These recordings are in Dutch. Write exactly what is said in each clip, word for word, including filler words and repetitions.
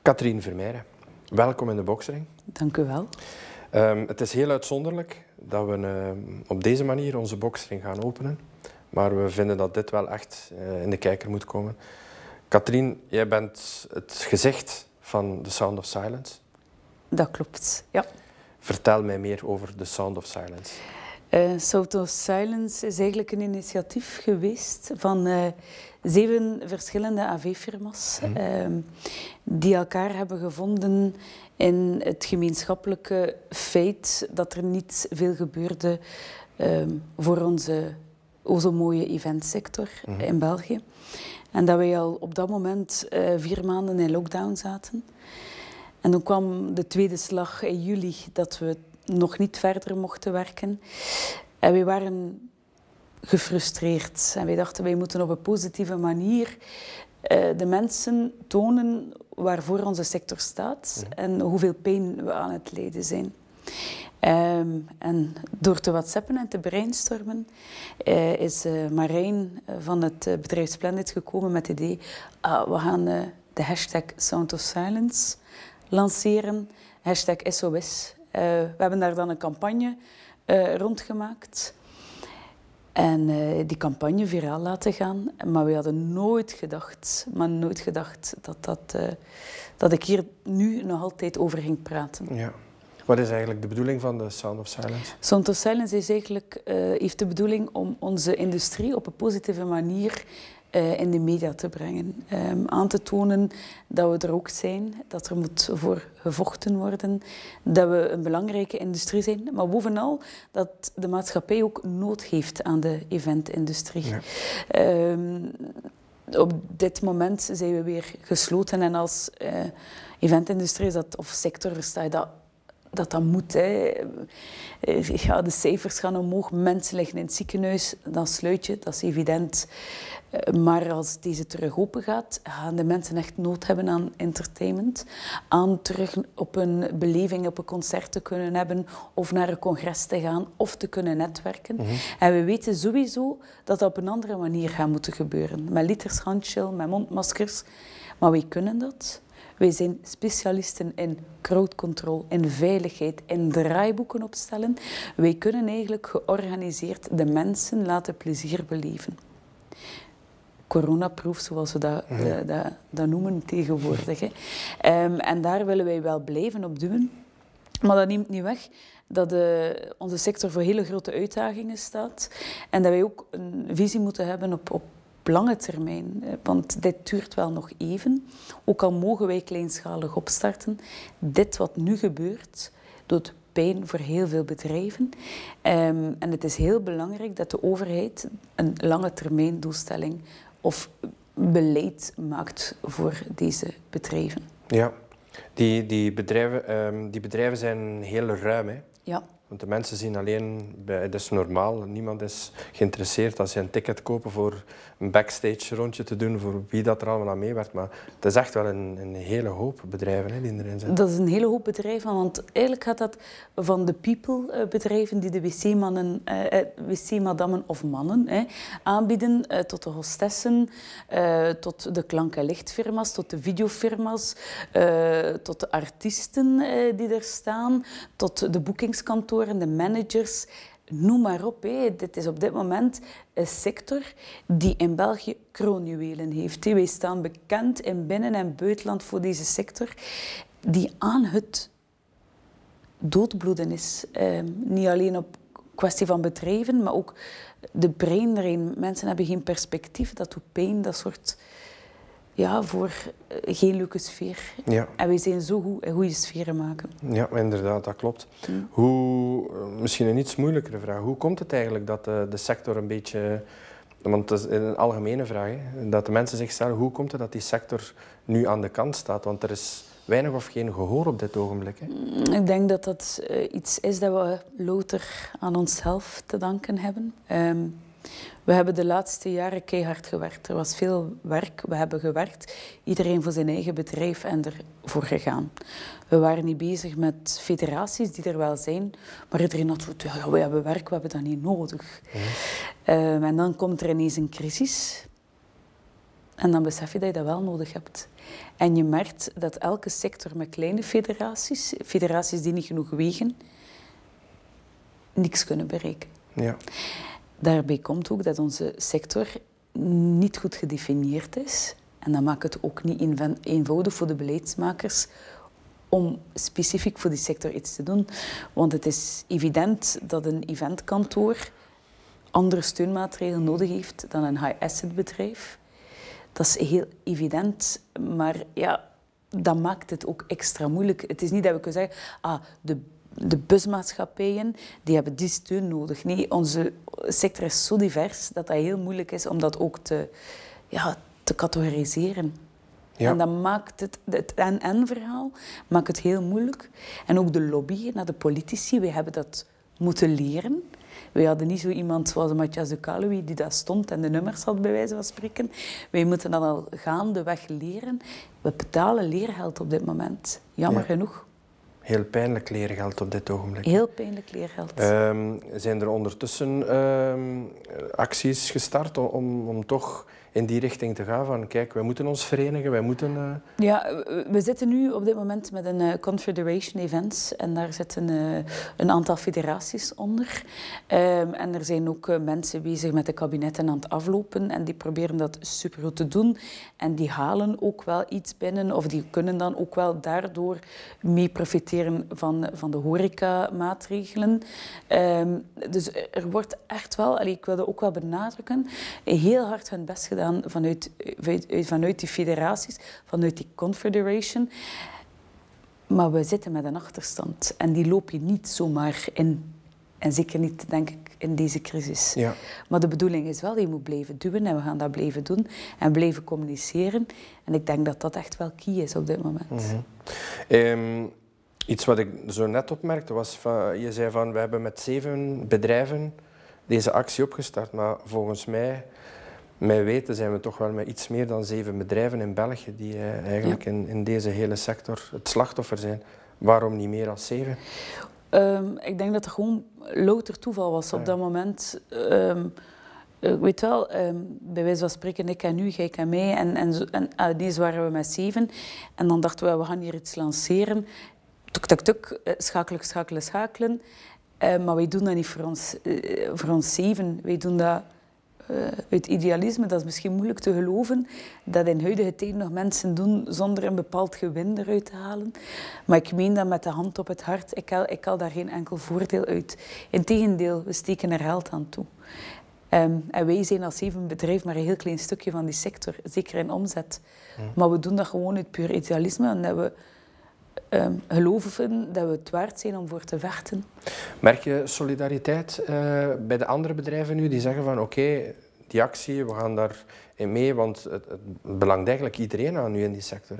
Catherine Vermeijren, welkom in de boksring. Dank u wel. Um, het is heel uitzonderlijk dat we uh, op deze manier onze boksring gaan openen. Maar we vinden dat dit wel echt uh, in de kijker moet komen. Catherine, jij bent het gezicht van The Sound of Silence. Dat klopt, ja. Vertel mij meer over The Sound of Silence. Uh, Sound of Silence is eigenlijk een initiatief geweest van uh, zeven verschillende A V-firma's mm. uh, die elkaar hebben gevonden in het gemeenschappelijke feit dat er niet veel gebeurde uh, voor onze o zo mooie eventsector mm. in België. En dat wij al op dat moment uh, vier maanden in lockdown zaten. En toen kwam de tweede slag in juli dat we nog niet verder mochten werken. En wij waren gefrustreerd. En wij dachten, wij moeten op een positieve manier uh, de mensen tonen waarvoor onze sector staat ja. en hoeveel pijn we aan het lijden zijn. Um, en door te whatsappen en te brainstormen uh, is uh, Marijn uh, van het uh, bedrijf Splendid gekomen met het idee, uh, we gaan uh, de hashtag Sound of Silence lanceren, hashtag S O S. Uh, we hebben daar dan een campagne uh, rondgemaakt en uh, die campagne viraal laten gaan. Maar we hadden nooit gedacht, maar nooit gedacht dat, dat, uh, dat ik hier nu nog altijd over ging praten. Ja. Wat is eigenlijk de bedoeling van de Sound of Silence? Sound of Silence is eigenlijk, uh, heeft de bedoeling om onze industrie op een positieve manier uh, in de media te brengen. Um, aan te tonen dat we er ook zijn, dat er moet voor gevochten worden, dat we een belangrijke industrie zijn. Maar bovenal dat de maatschappij ook nood heeft aan de eventindustrie. Ja. Um, op dit moment zijn we weer gesloten en als uh, eventindustrie is dat, of sector sta je dat dat dat moet. Hè. Ja, de cijfers gaan omhoog, mensen liggen in het ziekenhuis, dan sluit je, dat is evident. Maar als deze terug open gaat, gaan de mensen echt nood hebben aan entertainment. Aan terug op een beleving, op een concert te kunnen hebben, of naar een congres te gaan, of te kunnen netwerken. Mm-hmm. En we weten sowieso dat dat op een andere manier gaat moeten gebeuren. Met liters handgel, met mondmaskers. Maar wij kunnen dat. Wij zijn specialisten in crowd control, in veiligheid, in draaiboeken opstellen. Wij kunnen eigenlijk georganiseerd de mensen laten plezier beleven. Coronaproof, zoals we dat, mm. uh, dat, dat noemen tegenwoordig. Hè. Um, en daar willen wij wel blijven op duwen. Maar dat neemt niet weg dat uh, onze sector voor hele grote uitdagingen staat. En dat wij ook een visie moeten hebben op, op lange termijn, want dit duurt wel nog even. Ook al mogen wij kleinschalig opstarten, dit wat nu gebeurt, doet pijn voor heel veel bedrijven. Um, en het is heel belangrijk dat de overheid een lange termijn doelstelling of beleid maakt voor deze bedrijven. Ja, die, die, bedrijven, um, die bedrijven zijn heel ruim, hè? Ja. Want de mensen zien alleen, het is normaal, niemand is geïnteresseerd als je een ticket koopt voor een backstage rondje te doen, voor wie dat er allemaal aan meewerkt. Maar het is echt wel een, een hele hoop bedrijven hè, die erin zitten. Dat is een hele hoop bedrijven, want eigenlijk gaat dat van de people bedrijven die de wc-mannen, eh, wc-madammen of mannen eh, aanbieden, eh, tot de hostessen, eh, tot de klank- en lichtfirma's, tot de videofirma's, eh, tot de artiesten eh, die er staan, tot de boekingskantoren, de managers, noem maar op. Hé. Dit is op dit moment een sector die in België kroonjuwelen heeft. Wij staan bekend in binnen- en buitenland voor deze sector die aan het doodbloeden is. Eh, niet alleen op kwestie van bedrijven, maar ook de brain drain. Mensen hebben geen perspectief, dat doet pijn, dat soort... Ja, voor geen leuke sfeer. Ja. En wij zijn zo goed in goede sferen maken. Ja, inderdaad, dat klopt. Hmm. Hoe, misschien een iets moeilijkere vraag. Hoe komt het eigenlijk dat de, de sector een beetje... Want het is een algemene vraag, hè, dat de mensen zich stellen, hoe komt het dat die sector nu aan de kant staat? Want er is weinig of geen gehoor op dit ogenblik. Hè? Ik denk dat dat uh, iets is dat we louter aan onszelf te danken hebben. Um, We hebben de laatste jaren keihard gewerkt. Er was veel werk. We hebben gewerkt. Iedereen voor zijn eigen bedrijf en ervoor gegaan. We waren niet bezig met federaties die er wel zijn. Maar iedereen had gezegd, ja, we hebben werk, we hebben dat niet nodig. Ja. Uh, en dan komt er ineens een crisis. En dan besef je dat je dat wel nodig hebt. En je merkt dat elke sector met kleine federaties, federaties die niet genoeg wegen, niks kunnen bereiken. Ja. Daarbij komt ook dat onze sector niet goed gedefinieerd is. En dat maakt het ook niet eenvoudig voor de beleidsmakers om specifiek voor die sector iets te doen. Want het is evident dat een eventkantoor andere steunmaatregelen nodig heeft dan een high-asset bedrijf. Dat is heel evident, maar ja, dat maakt het ook extra moeilijk. Het is niet dat we kunnen zeggen, ah, de, de busmaatschappijen die hebben die steun nodig. Nee, onze sector is zo divers dat dat heel moeilijk is om dat ook te, ja, te categoriseren. Ja. En dat maakt het, het en-en-verhaal maakt het heel moeilijk. En ook de lobby naar de politici, we hebben dat moeten leren. We hadden niet zo iemand zoals Matthias de Calouwy die daar stond en de nummers had, bij wijze van spreken. Wij moeten dat al gaandeweg leren. We betalen leergeld op dit moment. Jammer ja. genoeg. Heel pijnlijk leergeld op dit ogenblik. Heel pijnlijk leergeld. Um, zijn er ondertussen um, acties gestart om, om toch in die richting te gaan van kijk, wij moeten ons verenigen, wij moeten... Uh... Ja, we zitten nu op dit moment met een uh, Confederation Events en daar zitten uh, een aantal federaties onder. Um, en er zijn ook uh, mensen bezig met de kabinetten aan het aflopen en die proberen dat supergoed te doen. En die halen ook wel iets binnen of die kunnen dan ook wel daardoor mee profiteren van, van de horecamaatregelen. Um, dus er wordt echt wel, allee, ik wil dat ook wel benadrukken, heel hard hun best gedaan Vanuit, vanuit die federaties, vanuit die Confederation. Maar we zitten met een achterstand. En die loop je niet zomaar in. En zeker niet, denk ik, in deze crisis. Ja. Maar de bedoeling is wel, je moet blijven duwen. En we gaan dat blijven doen. En blijven communiceren. En ik denk dat dat echt wel key is op dit moment. Mm-hmm. um, iets wat ik zo net opmerkte was, van, je zei van, we hebben met zeven bedrijven deze actie opgestart. Maar volgens mij... Mij weten zijn we toch wel met iets meer dan zeven bedrijven in België die uh, eigenlijk ja. in, in deze hele sector het slachtoffer zijn. Waarom niet meer dan zeven? Um, ik denk dat het gewoon louter toeval was op ja. dat moment. Um, ik weet wel, um, bij wijze van spreken, ik en u, jij en mij. En, en, en uh, ineens waren we met zeven. En dan dachten we, we gaan hier iets lanceren. Tuk, tuk, tuk, schakelen, schakelen, schakelen. Uh, maar wij doen dat niet voor ons, uh, voor ons zeven. Wij doen dat... Uh, uit idealisme, dat is misschien moeilijk te geloven, dat in huidige tijd nog mensen doen zonder een bepaald gewin eruit te halen. Maar ik meen dat met de hand op het hart, ik haal, ik haal daar geen enkel voordeel uit. Integendeel, we steken er geld aan toe. Um, en wij zijn als zeven bedrijf maar een heel klein stukje van die sector, zeker in omzet. Hmm. Maar we doen dat gewoon uit puur idealisme en dat we um, geloven dat we het waard zijn om voor te vechten. Merk je solidariteit uh, bij de andere bedrijven nu die zeggen van oké, okay, die actie, we gaan daarin mee, want het, het belangt eigenlijk iedereen aan nu in die sector, hè?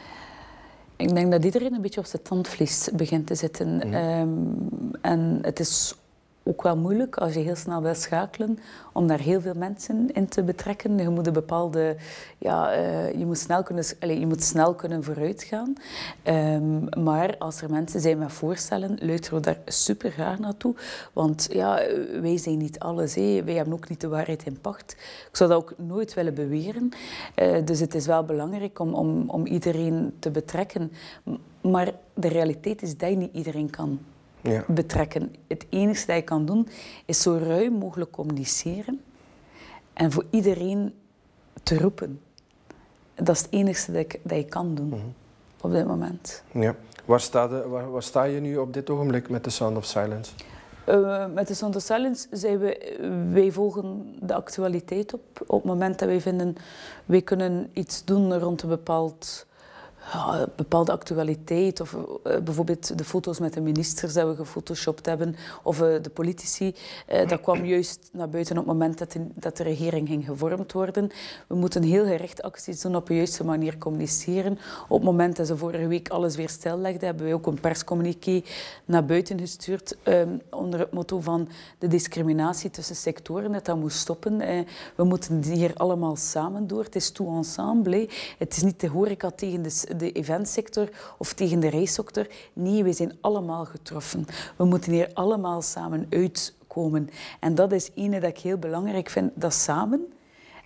Ik denk dat iedereen een beetje op zijn tandvlees begint te zitten. Mm. Um, en het is ook wel moeilijk als je heel snel wil schakelen om daar heel veel mensen in te betrekken. Je moet een bepaalde, ja, uh, je moet snel kunnen, allez, je moet snel kunnen vooruit gaan. Um, maar als er mensen zijn met voorstellen, luisteren we daar super graag naartoe. Want ja, wij zijn niet alles. Hé. Wij hebben ook niet de waarheid in pacht. Ik zou dat ook nooit willen beweren. Uh, dus het is wel belangrijk om, om, om iedereen te betrekken. Maar de realiteit is dat je niet iedereen kan Ja. betrekken. Het enige dat je kan doen, is zo ruim mogelijk communiceren en voor iedereen te roepen. Dat is het enige dat, ik, dat je kan doen mm-hmm. op dit moment. Ja. Waar, sta de, waar, waar sta je nu op dit ogenblik met The Sound of Silence? Uh, met The Sound of Silence zijn we, wij volgen de actualiteit op. Op het moment dat wij vinden, wij kunnen iets doen rond een bepaald... Ja, bepaalde actualiteit, of uh, bijvoorbeeld de foto's met de ministers dat we gefotoshopt hebben, of uh, de politici. Uh, dat kwam juist naar buiten op het moment dat de, dat de regering ging gevormd worden. We moeten heel gericht acties doen, op de juiste manier communiceren. Op het moment dat ze vorige week alles weer stillegden, hebben wij ook een perscommuniqué naar buiten gestuurd um, onder het motto van de discriminatie tussen sectoren, dat dat moest stoppen. Uh, we moeten hier allemaal samen door. Het is tout ensemble. He. Het is niet de horeca tegen de de eventsector of tegen de reissector. Nee, wij zijn allemaal getroffen. We moeten hier allemaal samen uitkomen. En dat is ene dat ik heel belangrijk vind, dat samen.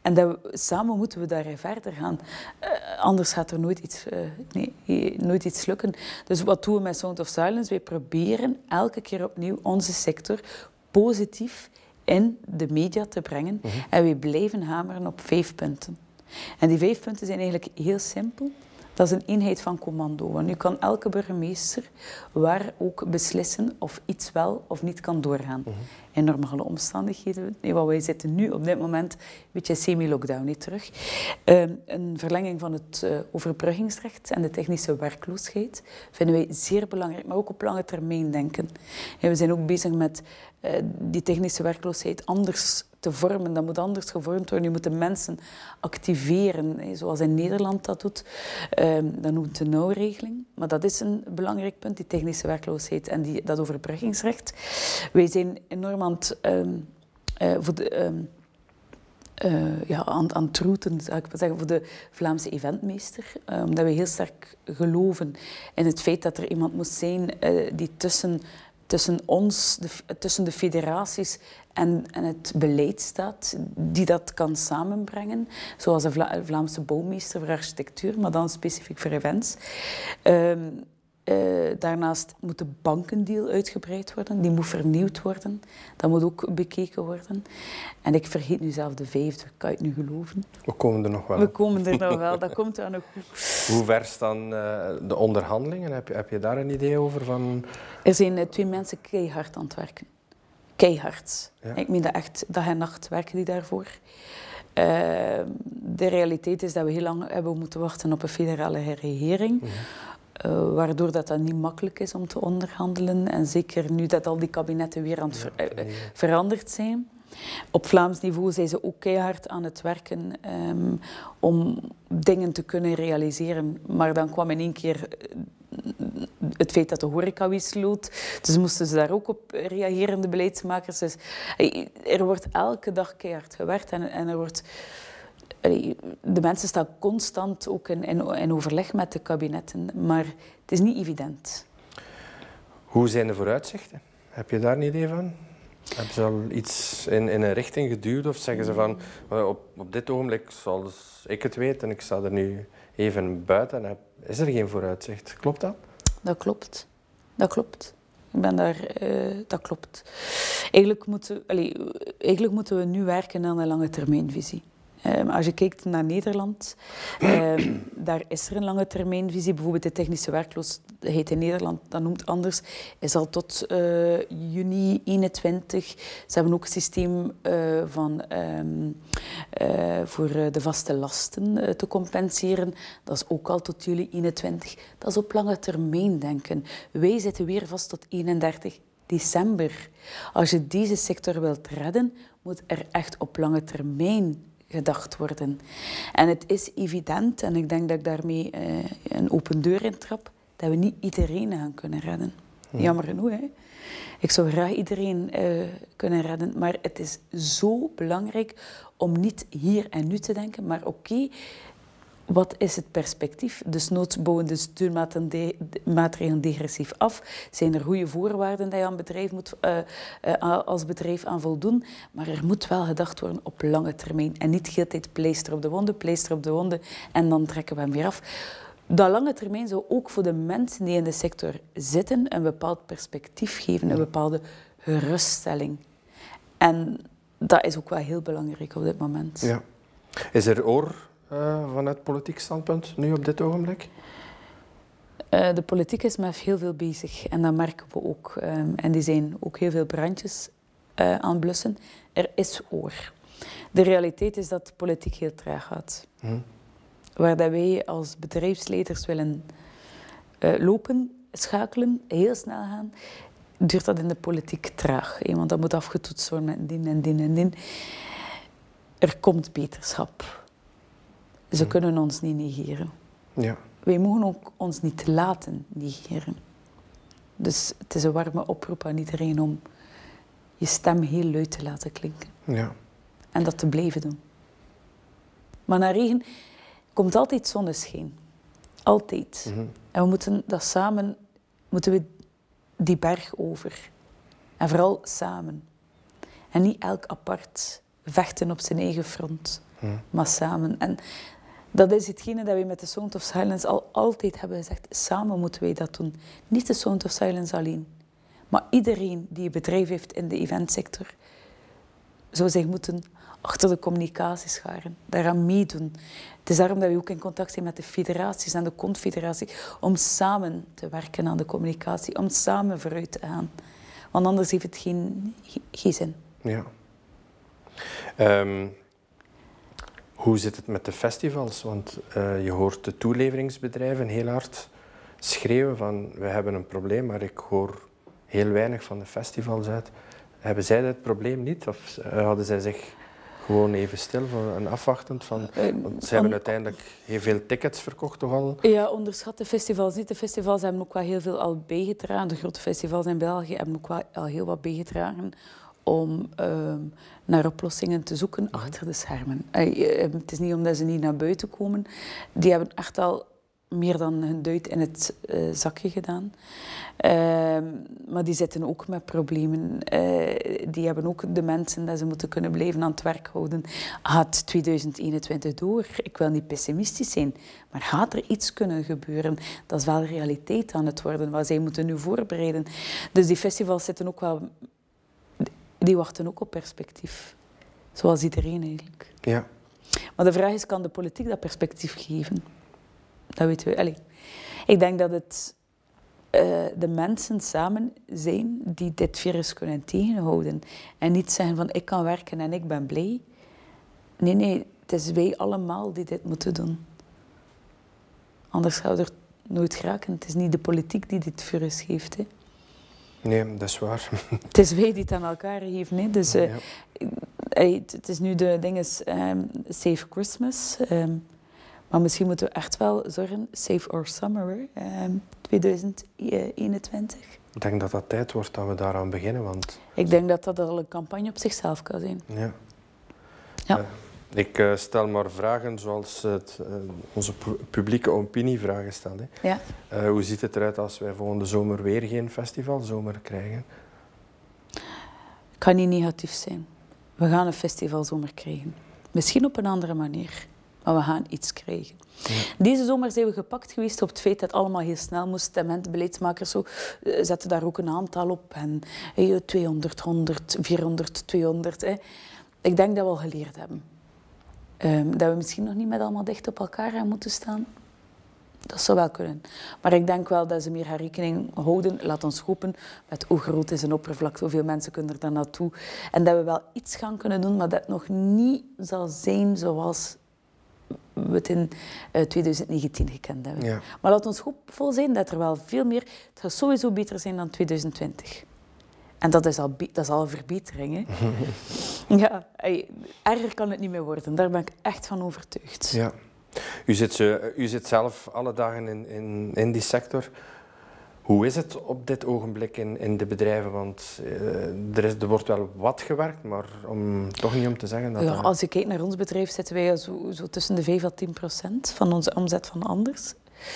En dat we, samen moeten we daarin verder gaan. Uh, anders gaat er nooit iets, uh, nee, nooit iets lukken. Dus wat doen we met Sound of Silence? Wij proberen elke keer opnieuw onze sector positief in de media te brengen. Mm-hmm. En wij blijven hameren op vijf punten. En die vijf punten zijn eigenlijk heel simpel. Dat is een eenheid van commando. Want nu kan elke burgemeester waar ook beslissen of iets wel of niet kan doorgaan. Mm-hmm. In normale omstandigheden. Nee, wat wij zitten nu op dit moment een beetje semi-lockdown niet terug. Uh, een verlenging van het uh, overbruggingsrecht en de technische werkloosheid vinden wij zeer belangrijk, maar ook op lange termijn denken. En we zijn ook bezig met uh, die technische werkloosheid anders te vormen. Dat moet anders gevormd worden. Je moet de mensen activeren, hè, zoals in Nederland dat doet. Um, dat noemt de nauwregeling. Maar dat is een belangrijk punt, die technische werkloosheid en die, dat overbruggingsrecht. Wij zijn enorm aan het, um, uh, voor de, um, uh, ja, aan, aan het routen, zou ik maar zeggen, voor de Vlaamse eventmeester. Uh, omdat we heel sterk geloven in het feit dat er iemand moet zijn uh, die tussen... tussen ons, de, tussen de federaties en, en het beleid staat, die dat kan samenbrengen. Zoals de Vla Vlaamse bouwmeester voor architectuur, maar dan specifiek voor events. Um, uh, daarnaast moet de bankendeal uitgebreid worden, die moet vernieuwd worden. Dat moet ook bekeken worden. En ik vergeet nu zelf de vijfde, kan je het nu geloven? We komen er nog wel. We komen er nog wel, dat komt dan nog goed. Hoe ver staan uh, de onderhandelingen? Heb je, heb je daar een idee over? Van... Er zijn uh, twee mensen keihard aan het werken. Keihard. Ja. Ik meen dat echt dag en nacht werken die daarvoor. Uh, de realiteit is dat we heel lang hebben moeten wachten op een federale regering. Mm-hmm. Uh, waardoor dat, dat niet makkelijk is om te onderhandelen. En zeker nu dat al die kabinetten weer aan het ver, uh, veranderd zijn. Op Vlaams niveau zijn ze ook keihard aan het werken um, om dingen te kunnen realiseren. Maar dan kwam in één keer het feit dat de horeca weer sloot. Dus moesten ze daar ook op reageren, de beleidsmakers. Dus er wordt elke dag keihard gewerkt en, en er wordt... De mensen staan constant ook in, in, in overleg met de kabinetten, maar het is niet evident. Hoe zijn de vooruitzichten? Heb je daar een idee van? Hebben ze al iets in, in een richting geduwd of zeggen ze van op, op dit ogenblik, zoals ik het weet en ik sta er nu even buiten, heb, is er geen vooruitzicht? Klopt dat? Dat klopt. Dat klopt. Ik ben daar, uh, dat klopt. Eigenlijk moeten, allez, eigenlijk moeten we nu werken aan een lange termijnvisie. Um, als je kijkt naar Nederland, um, daar is er een lange termijnvisie. Bijvoorbeeld de technische werkloosheid in Nederland, dat noemt anders, is al tot uh, juni eenentwintig. Ze hebben ook een systeem uh, van, um, uh, voor de vaste lasten uh, te compenseren. Dat is ook al tot juli eenentwintig. Dat is op lange termijn denken. Wij zitten weer vast tot eenendertig december. Als je deze sector wilt redden, moet er echt op lange termijn gedacht worden. En het is evident, en ik denk dat ik daarmee uh, een open deur intrap, dat we niet iedereen gaan kunnen redden. Hmm. Jammer genoeg, hè. Ik zou graag iedereen uh, kunnen redden, maar het is zo belangrijk om niet hier en nu te denken, maar oké, okay, wat is het perspectief? Dus noodsbouwen de steunmaatregelen degressief af. Zijn er goede voorwaarden dat je aan bedrijf moet, uh, uh, als bedrijf aan voldoen? Maar er moet wel gedacht worden op lange termijn. En niet de hele tijd pleister op de wonden, pleister op de wonden en dan trekken we hem weer af. Dat lange termijn zou ook voor de mensen die in de sector zitten een bepaald perspectief geven, een bepaalde geruststelling. En dat is ook wel heel belangrijk op dit moment. Ja. Is er oor Uh, vanuit politiek standpunt nu op dit ogenblik? Uh, de politiek is met heel veel bezig en dat merken we ook. Um, en die zijn ook heel veel brandjes uh, aan het blussen. Er is oor. De realiteit is dat de politiek heel traag gaat. Hmm. Waar dat wij als bedrijfsleiders willen uh, lopen, schakelen, heel snel gaan, duurt dat in de politiek traag. Hè? Want dat moet afgetoetst worden met dien en dien en dien. Er komt beterschap. Ze hmm. kunnen ons niet negeren. Ja. Wij mogen ook ons niet laten negeren. Dus het is een warme oproep aan iedereen om je stem heel luid te laten klinken. Ja. En dat te blijven doen. Maar na regen komt altijd zonneschijn. Altijd. Mm-hmm. En we moeten dat samen, moeten we die berg over. En vooral samen. En niet elk apart vechten op zijn eigen front. hmm. maar samen. En dat is hetgene dat we met de Sound of Silence al altijd hebben gezegd. Samen moeten wij dat doen. Niet de Sound of Silence alleen. Maar iedereen die een bedrijf heeft in de eventsector zou zich moeten achter de communicatie scharen, daaraan meedoen. Het is daarom dat we ook in contact zijn met de federaties en de confederatie, om samen te werken aan de communicatie, om samen vooruit te gaan. Want anders heeft het geen, geen zin. Ja. Um, hoe zit het met de festivals? Want uh, je hoort de toeleveringsbedrijven heel hard schreeuwen van we hebben een probleem, maar ik hoor heel weinig van de festivals uit. Hebben zij dat probleem niet? Of hadden zij zich gewoon even stil en afwachtend van... Want ze hebben uiteindelijk heel veel tickets verkocht toch al? Ja, onderschat de festivals niet. De festivals hebben ook wel heel veel al bijgedragen. De grote festivals in België hebben ook wel al heel wat bijgedragen om uh, naar oplossingen te zoeken achter de schermen. Uh, het is niet omdat ze niet naar buiten komen. Die hebben echt al meer dan hun duit in het uh, zakje gedaan. Uh, maar die zitten ook met problemen. Uh, die hebben ook de mensen dat ze moeten kunnen blijven aan het werk houden. Gaat tweeduizend eenentwintig door? Ik wil niet pessimistisch zijn, maar gaat er iets kunnen gebeuren? Dat is wel realiteit aan het worden, waar zij moeten nu voorbereiden. Dus die festivals zitten ook wel... Die wachten ook op perspectief. Zoals iedereen eigenlijk. Ja. Maar de vraag is, kan de politiek dat perspectief geven? Dat weten we. Allee. Ik denk dat het uh, de mensen samen zijn die dit virus kunnen tegenhouden. En niet zeggen van ik kan werken en ik ben blij. Nee, nee, het is wij allemaal die dit moeten doen. Anders zou er nooit geraken. Het is niet de politiek die dit virus geeft. Hè. Nee, dat is waar. Het is wij die het aan elkaar geven. Hè. Dus, uh, ja. Het is nu de ding is um, Safe Christmas. Um, Maar misschien moeten we echt wel zorgen, Save Our Summer, eh, tweeduizend eenentwintig. Ik denk dat dat tijd wordt dat we daaraan beginnen, want... Ik denk dat dat al een campagne op zichzelf kan zijn. Ja. ja. Uh, ik uh, stel maar vragen zoals het, uh, onze pu publieke opinievragen stelt. Hè. Ja. Uh, hoe ziet het eruit als wij volgende zomer weer geen festivalzomer krijgen? Het kan niet negatief zijn. We gaan een festivalzomer krijgen. Misschien op een andere manier. Maar we gaan iets krijgen. Ja. Deze zomer zijn we gepakt geweest op het feit dat het allemaal heel snel moest. En de beleidsmakers zo, uh, zetten daar ook een aantal op. En uh, tweehonderd, honderd, vierhonderd, tweehonderd. Hè. Ik denk dat we al geleerd hebben. Um, dat we misschien nog niet met allemaal dicht op elkaar gaan moeten staan. Dat zou wel kunnen. Maar ik denk wel dat ze meer gaan rekening houden, laat ons hopen, met hoe groot is een oppervlakte, hoeveel mensen kunnen er dan naartoe. En dat we wel iets gaan kunnen doen, maar dat het nog niet zal zijn zoals... we het in uh, tweeduizend negentien gekend hebben. Ja. Maar laat ons hoopvol zijn dat er wel veel meer... Het gaat sowieso beter zijn dan tweeduizend twintig. En dat is al, dat is al een verbetering. Hè? ja, ey, erger kan het niet meer worden. Daar ben ik echt van overtuigd. Ja. U zit, uh, u zit zelf alle dagen in, in, in die sector. Hoe is het op dit ogenblik in, in de bedrijven? Want uh, er, is, er wordt wel wat gewerkt, maar om, toch niet om te zeggen dat... Ja, er... Als je kijkt naar ons bedrijf, zitten wij zo, zo tussen de vijf à tien procent van onze omzet van anders.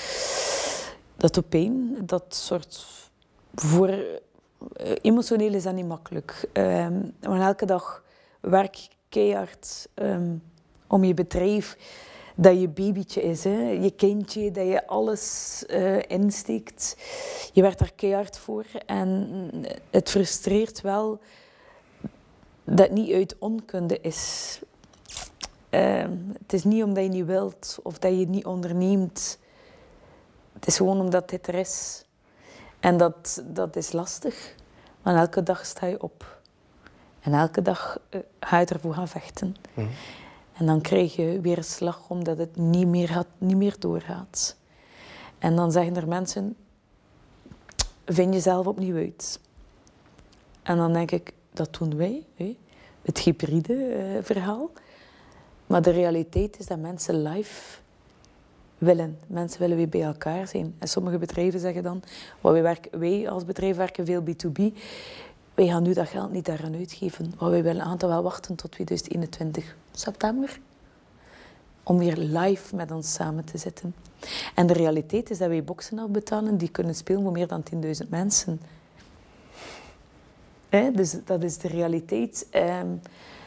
Dat doet pijn. Dat soort... Voor... Uh, emotioneel is dat niet makkelijk. Um, maar elke dag werk je keihard um, om je bedrijf... Dat je babytje is, hè? Je kindje, dat je alles uh, insteekt. Je werkt daar keihard voor en het frustreert wel dat het niet uit onkunde is. Uh, het is niet omdat je niet wilt of dat je het niet onderneemt. Het is gewoon omdat dit er is. En dat, dat is lastig, want elke dag sta je op. En elke dag uh, ga je ervoor gaan vechten. Mm. En dan krijg je weer een slag omdat het niet meer, gaat, niet meer doorgaat. En dan zeggen er mensen, vind jezelf opnieuw uit. En dan denk ik, dat doen wij, hè? Het hybride uh, verhaal. Maar de realiteit is dat mensen live willen. Mensen willen weer bij elkaar zijn. En sommige bedrijven zeggen dan, wij, werken, wij als bedrijf werken veel B twee B. Wij gaan nu dat geld niet daaraan uitgeven. Maar wij willen aantal wel wachten tot tweeduizend eenentwintig september. Om weer live met ons samen te zitten. En de realiteit is dat wij boxen afbetalen die kunnen spelen voor meer dan tienduizend mensen. Hè? Dus dat is de realiteit. Um,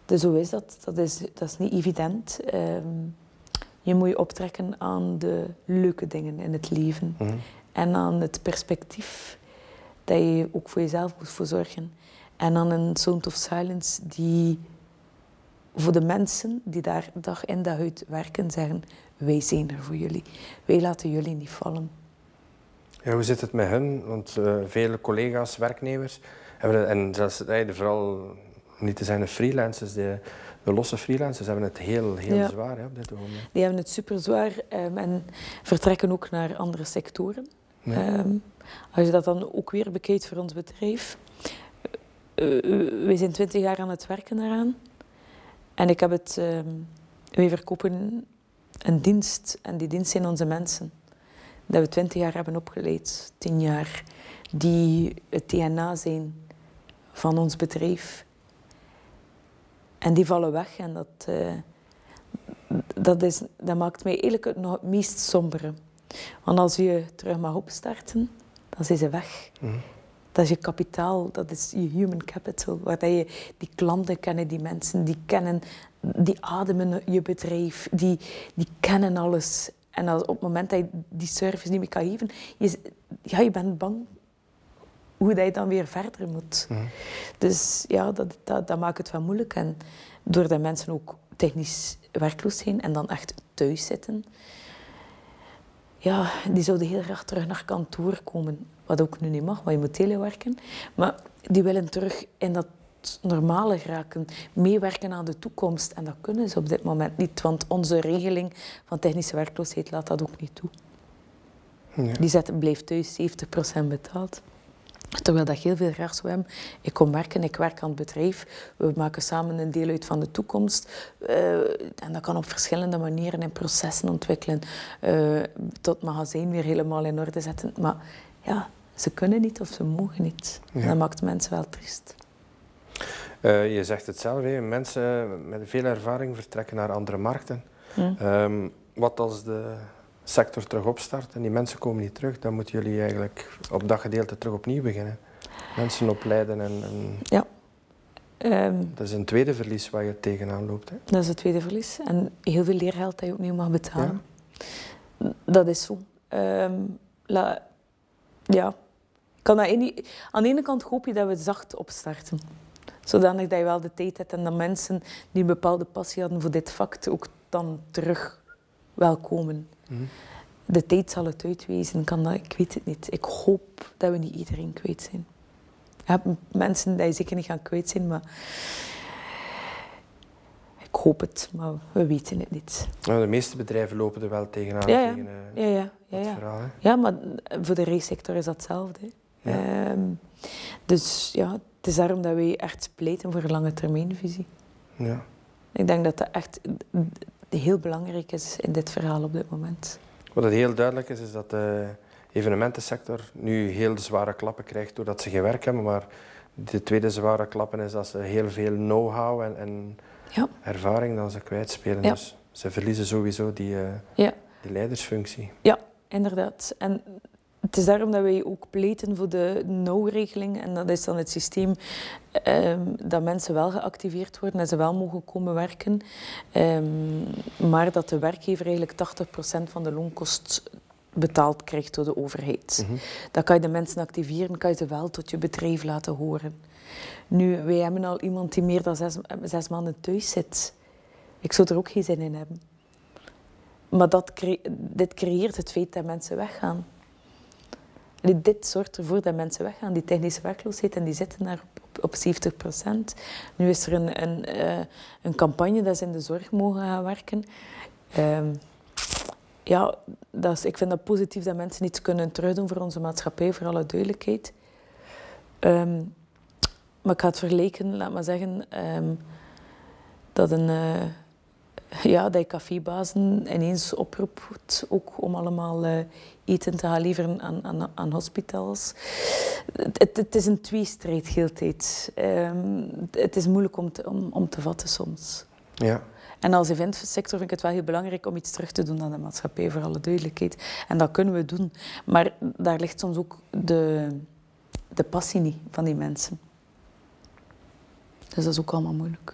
Dus hoe is dat? Dat is, dat is niet evident. Um, je moet je optrekken aan de leuke dingen in het leven. Mm-hmm. En aan het perspectief dat je ook voor jezelf moet voor zorgen. En aan een Sound of Silence die voor de mensen die daar dag in dag uit werken zeggen, wij zijn er voor jullie. Wij laten jullie niet vallen. Ja, hoe zit het met hen? Want uh, vele collega's, werknemers, hebben, en zelfs, uh, vooral niet te zijn de freelancers, de, de losse freelancers hebben het heel, heel ja. zwaar hè, op dit moment. Die hebben het super zwaar um, en vertrekken ook naar andere sectoren. Ja. Um, als je dat dan ook weer bekijkt voor ons bedrijf. Uh, uh, wij zijn twintig jaar aan het werken daaraan. En ik heb het... Um, wij verkopen een dienst en die dienst zijn onze mensen. Dat we twintig jaar hebben opgeleid, tien jaar. Die het D N A zijn van ons bedrijf. En die vallen weg en dat, uh, dat, is, dat maakt mij eigenlijk nog het meest sombere. Want als je terug mag opstarten, dan zijn ze weg. Mm. Dat is je kapitaal, dat is je human capital. Waar je die klanten kennen, die mensen, die kennen, die ademen je bedrijf, die, die kennen alles. En als, op het moment dat je die service niet meer kan geven, je, ja, je bent bang hoe dat je dan weer verder moet. Mm. Dus ja, dat, dat, dat maakt het wel moeilijk. En doordat mensen ook technisch werkloos zijn en dan echt thuis zitten, ja, die zouden heel graag terug naar kantoor komen. Wat ook nu niet mag, want je moet telewerken. Maar die willen terug in dat normale geraken, meewerken aan de toekomst. En dat kunnen ze op dit moment niet, want onze regeling van technische werkloosheid laat dat ook niet toe. Ja. Die zet, blijft thuis zeventig procent betaald. Terwijl dat heel veel graag zou hebben. Ik kom werken, ik werk aan het bedrijf. We maken samen een deel uit van de toekomst. Uh, en dat kan op verschillende manieren in processen ontwikkelen. Uh, tot het magazijn weer helemaal in orde zetten. Maar ja, ze kunnen niet of ze mogen niet. Ja. En dat maakt mensen wel triest. Uh, je zegt het zelf, hè. Mensen met veel ervaring vertrekken naar andere markten. Hmm. Um, wat als de sector terug opstart en die mensen komen niet terug, dan moeten jullie eigenlijk op dat gedeelte terug opnieuw beginnen. Mensen opleiden en... en ja. Um, dat is een tweede verlies waar je tegenaan loopt. Hè? Dat is het tweede verlies. En heel veel leergeld dat je opnieuw mag betalen. Ja. Dat is zo. Um, la, ja. Kan dat ene, aan de ene kant hoop je dat we zacht opstarten. Zodanig dat je wel de tijd hebt en dat mensen die een bepaalde passie hadden voor dit vak ook dan terug wel komen. Mm-hmm. De tijd zal het uitwijzen, kan dat, ik weet het niet. Ik hoop dat we niet iedereen kwijt zijn. Je hebt mensen die je zeker niet gaan kwijt zijn, maar ik hoop het, maar we weten het niet. Nou, de meeste bedrijven lopen er wel tegenaan, ja, ja. tegen uh, ja, ja, ja, ja. verhaal. Hè? Ja, maar voor de reissector is dat hetzelfde. Ja. Um, dus ja, het is daarom dat wij echt pleiten voor een lange termijnvisie. Ja. Ik denk dat dat echt heel belangrijk is in dit verhaal op dit moment. Wat het heel duidelijk is, is dat de evenementensector nu heel zware klappen krijgt doordat ze geen werk hebben. Maar de tweede zware klappen is dat ze heel veel know-how en, en ja. ervaring dan ze kwijtspelen. Ja. Dus ze verliezen sowieso die, uh, ja. die leidersfunctie. Ja, inderdaad. En het is daarom dat wij ook pleiten voor de no-regeling. En dat is dan het systeem um, dat mensen wel geactiveerd worden en ze wel mogen komen werken. Um, maar dat de werkgever eigenlijk tachtig procent van de loonkost betaald krijgt door de overheid. Mm-hmm. Dan kan je de mensen activeren, kan je ze wel tot je bedrijf laten horen. Nu, wij hebben al iemand die meer dan zes, zes maanden thuis zit. Ik zou er ook geen zin in hebben. Maar dat cre- dit creëert het feit dat mensen weggaan. Dit zorgt ervoor dat mensen weggaan, die technische werkloosheid, en die zitten daar op, op zeventig procent. Nu is er een, een, uh, een campagne dat ze in de zorg mogen gaan werken. Um, ja, dat is, ik vind dat positief dat mensen iets kunnen terugdoen voor onze maatschappij, voor alle duidelijkheid. Um, maar ik ga het vergelijken, laat maar zeggen, um, dat een... Uh, Ja, dat je cafébazen ineens oproept, ook om allemaal uh, eten te gaan leveren aan, aan, aan hospitals. Het, het, het is een tweestrijd heel de tijd. Um, het is moeilijk om te, om, om te vatten soms. Ja. En als eventsector vind ik het wel heel belangrijk om iets terug te doen aan de maatschappij, voor alle duidelijkheid. En dat kunnen we doen. Maar daar ligt soms ook de, de passie niet van die mensen. Dus dat is ook allemaal moeilijk.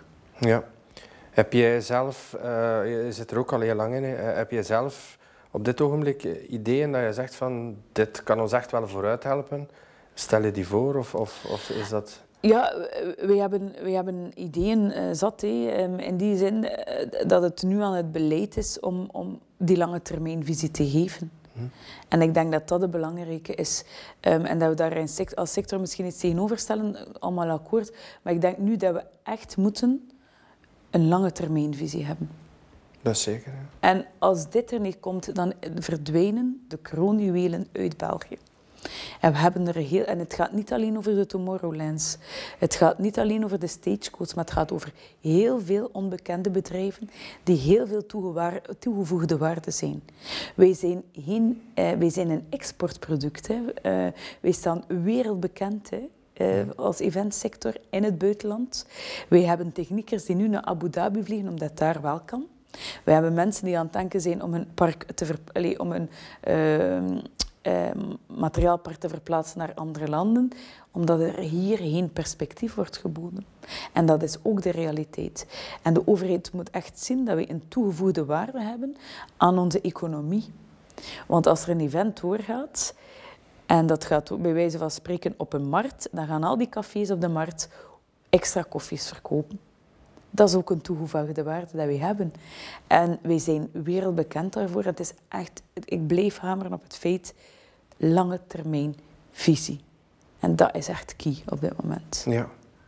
Ja. Heb jij zelf, uh, je zit er ook al heel lang in, hè? Heb jij zelf op dit ogenblik ideeën dat je zegt van dit kan ons echt wel vooruit helpen? Stel je die voor of, of, of is dat... Ja, we hebben, we hebben ideeën uh, zat. Hé. Um, in die zin uh, dat het nu aan het beleid is om, om die lange termijnvisie te geven. Hm. En ik denk dat dat het belangrijke is. Um, en dat we daar als sector misschien iets tegenover stellen, allemaal akkoord. Maar ik denk nu dat we echt moeten een lange termijnvisie hebben. Dat is zeker. Ja. En als dit er niet komt, dan verdwijnen de kroonjuwelen uit België. En we hebben er heel, en het gaat niet alleen over de Tomorrowlands. Het gaat niet alleen over de Stagecoach, maar het gaat over heel veel onbekende bedrijven die heel veel toegevoegde waarde zijn. Wij zijn, geen, eh, wij zijn een exportproduct. Hè. Uh, wij staan wereldbekend hè, uh, als eventsector in het buitenland. Wij hebben techniekers die nu naar Abu Dhabi vliegen omdat daar wel kan. We hebben mensen die aan het denken zijn om hun park te ver, allez, om hun uh, uh, materiaalpark te verplaatsen naar andere landen, omdat er hier geen perspectief wordt geboden. En dat is ook de realiteit. En de overheid moet echt zien dat we een toegevoegde waarde hebben aan onze economie. Want als er een event doorgaat, en dat gaat bij wijze van spreken op een markt, dan gaan al die cafés op de markt extra koffies verkopen. Dat is ook een toegevoegde waarde dat we hebben. En wij zijn wereldbekend daarvoor. Het is echt, ik blijf hameren op het feit, lange termijn visie. En dat is echt key op dit moment. Ja.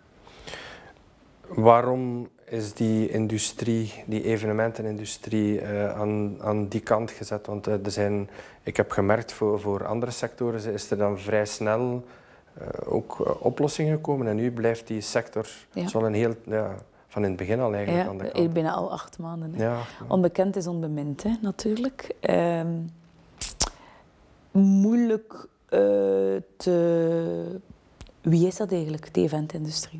Waarom is die industrie, die evenementenindustrie, uh, aan, aan die kant gezet? Want uh, er zijn, ik heb gemerkt, voor, voor andere sectoren is er dan vrij snel uh, ook uh, oplossingen gekomen. En nu blijft die sector ja. zo een heel... Ja, van in het begin al eigenlijk ja, aan de kant. Bijna al acht maanden. Hè. Ja, acht maanden. Onbekend is onbemind, hè, natuurlijk. Um, moeilijk uh, te... Wie is dat eigenlijk, die eventindustrie?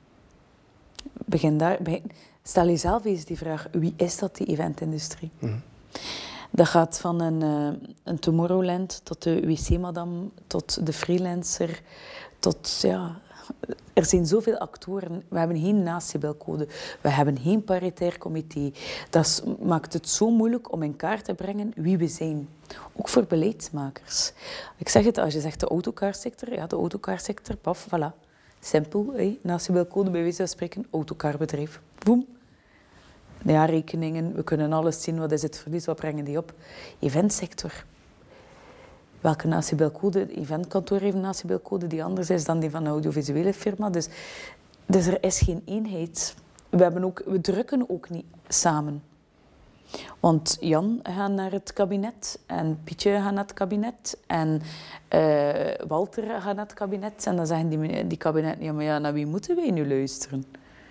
Begin daar, begin... Stel jezelf eens die vraag, wie is dat, die eventindustrie? Mm-hmm. Dat gaat van een, uh, een Tomorrowland tot de wc-madame, tot de freelancer, tot... ja. Er zijn zoveel actoren. We hebben geen natiebelcode. We hebben geen paritair comité. Dat maakt het zo moeilijk om in kaart te brengen wie we zijn. Ook voor beleidsmakers. Ik zeg het, als je zegt de autocarsector, ja, de autocarsector, paf, voilà. Simpel, hé. Natiebelcode, bij wijze van spreken, autocarbedrijf. Boem. De jaarrekeningen, we kunnen alles zien. Wat is het verlies, wat brengen die op? Eventsector. Welke natiebelcode? Het eventkantoor heeft een natiebelcode die anders is dan die van een audiovisuele firma. Dus, dus er is geen eenheid. We, hebben ook, we drukken ook niet samen. Want Jan gaat naar het kabinet en Pietje gaat naar het kabinet en uh, Walter gaat naar het kabinet. En dan zeggen die, die kabinetten, ja, maar ja, naar wie moeten wij nu luisteren?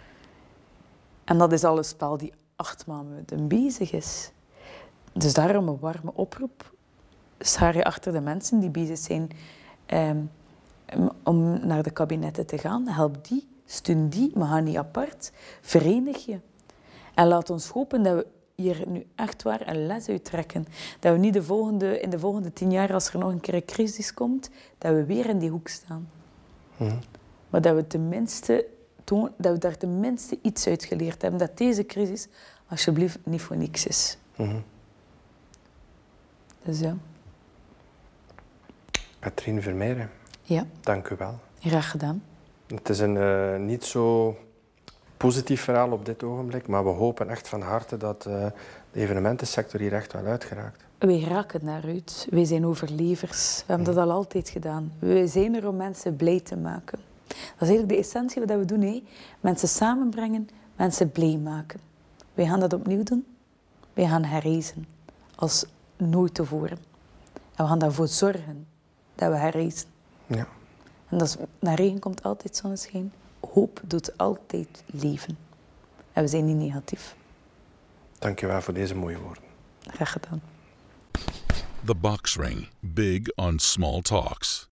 En dat is al een spel die acht maanden bezig is. Dus daarom een warme oproep. Schaar je achter de mensen die bezig zijn um, om naar de kabinetten te gaan. Help die, steun die, maar ga niet apart. Verenig je. En laat ons hopen dat we hier nu echt waar een les uit trekken. Dat we niet de volgende, in de volgende tien jaar, als er nog een keer een crisis komt, dat we weer in die hoek staan. Mm-hmm. Maar dat we, tenminste, toon, dat we daar tenminste iets uit geleerd hebben. Dat deze crisis alsjeblieft niet voor niks is. Mm-hmm. Dus ja. Catherine Vermeijeren, ja. Dank u wel. Graag gedaan. Het is een uh, niet zo positief verhaal op dit ogenblik, maar we hopen echt van harte dat uh, de evenementensector hier echt wel uitgeraakt. Wij raken daaruit. Wij zijn overlevers. We hebben dat al altijd gedaan. We zijn er om mensen blij te maken. Dat is eigenlijk de essentie wat we doen. Hè? Mensen samenbrengen, mensen blij maken. Wij gaan dat opnieuw doen. Wij gaan herreizen. Als nooit tevoren. En we gaan daarvoor zorgen dat we herreizen. Ja. En dat is, na regen komt altijd zonneschijn. Hoop doet altijd leven. En we zijn niet negatief. Dank je wel voor deze mooie woorden. Graag gedaan. The Box Ring. Big on small talks.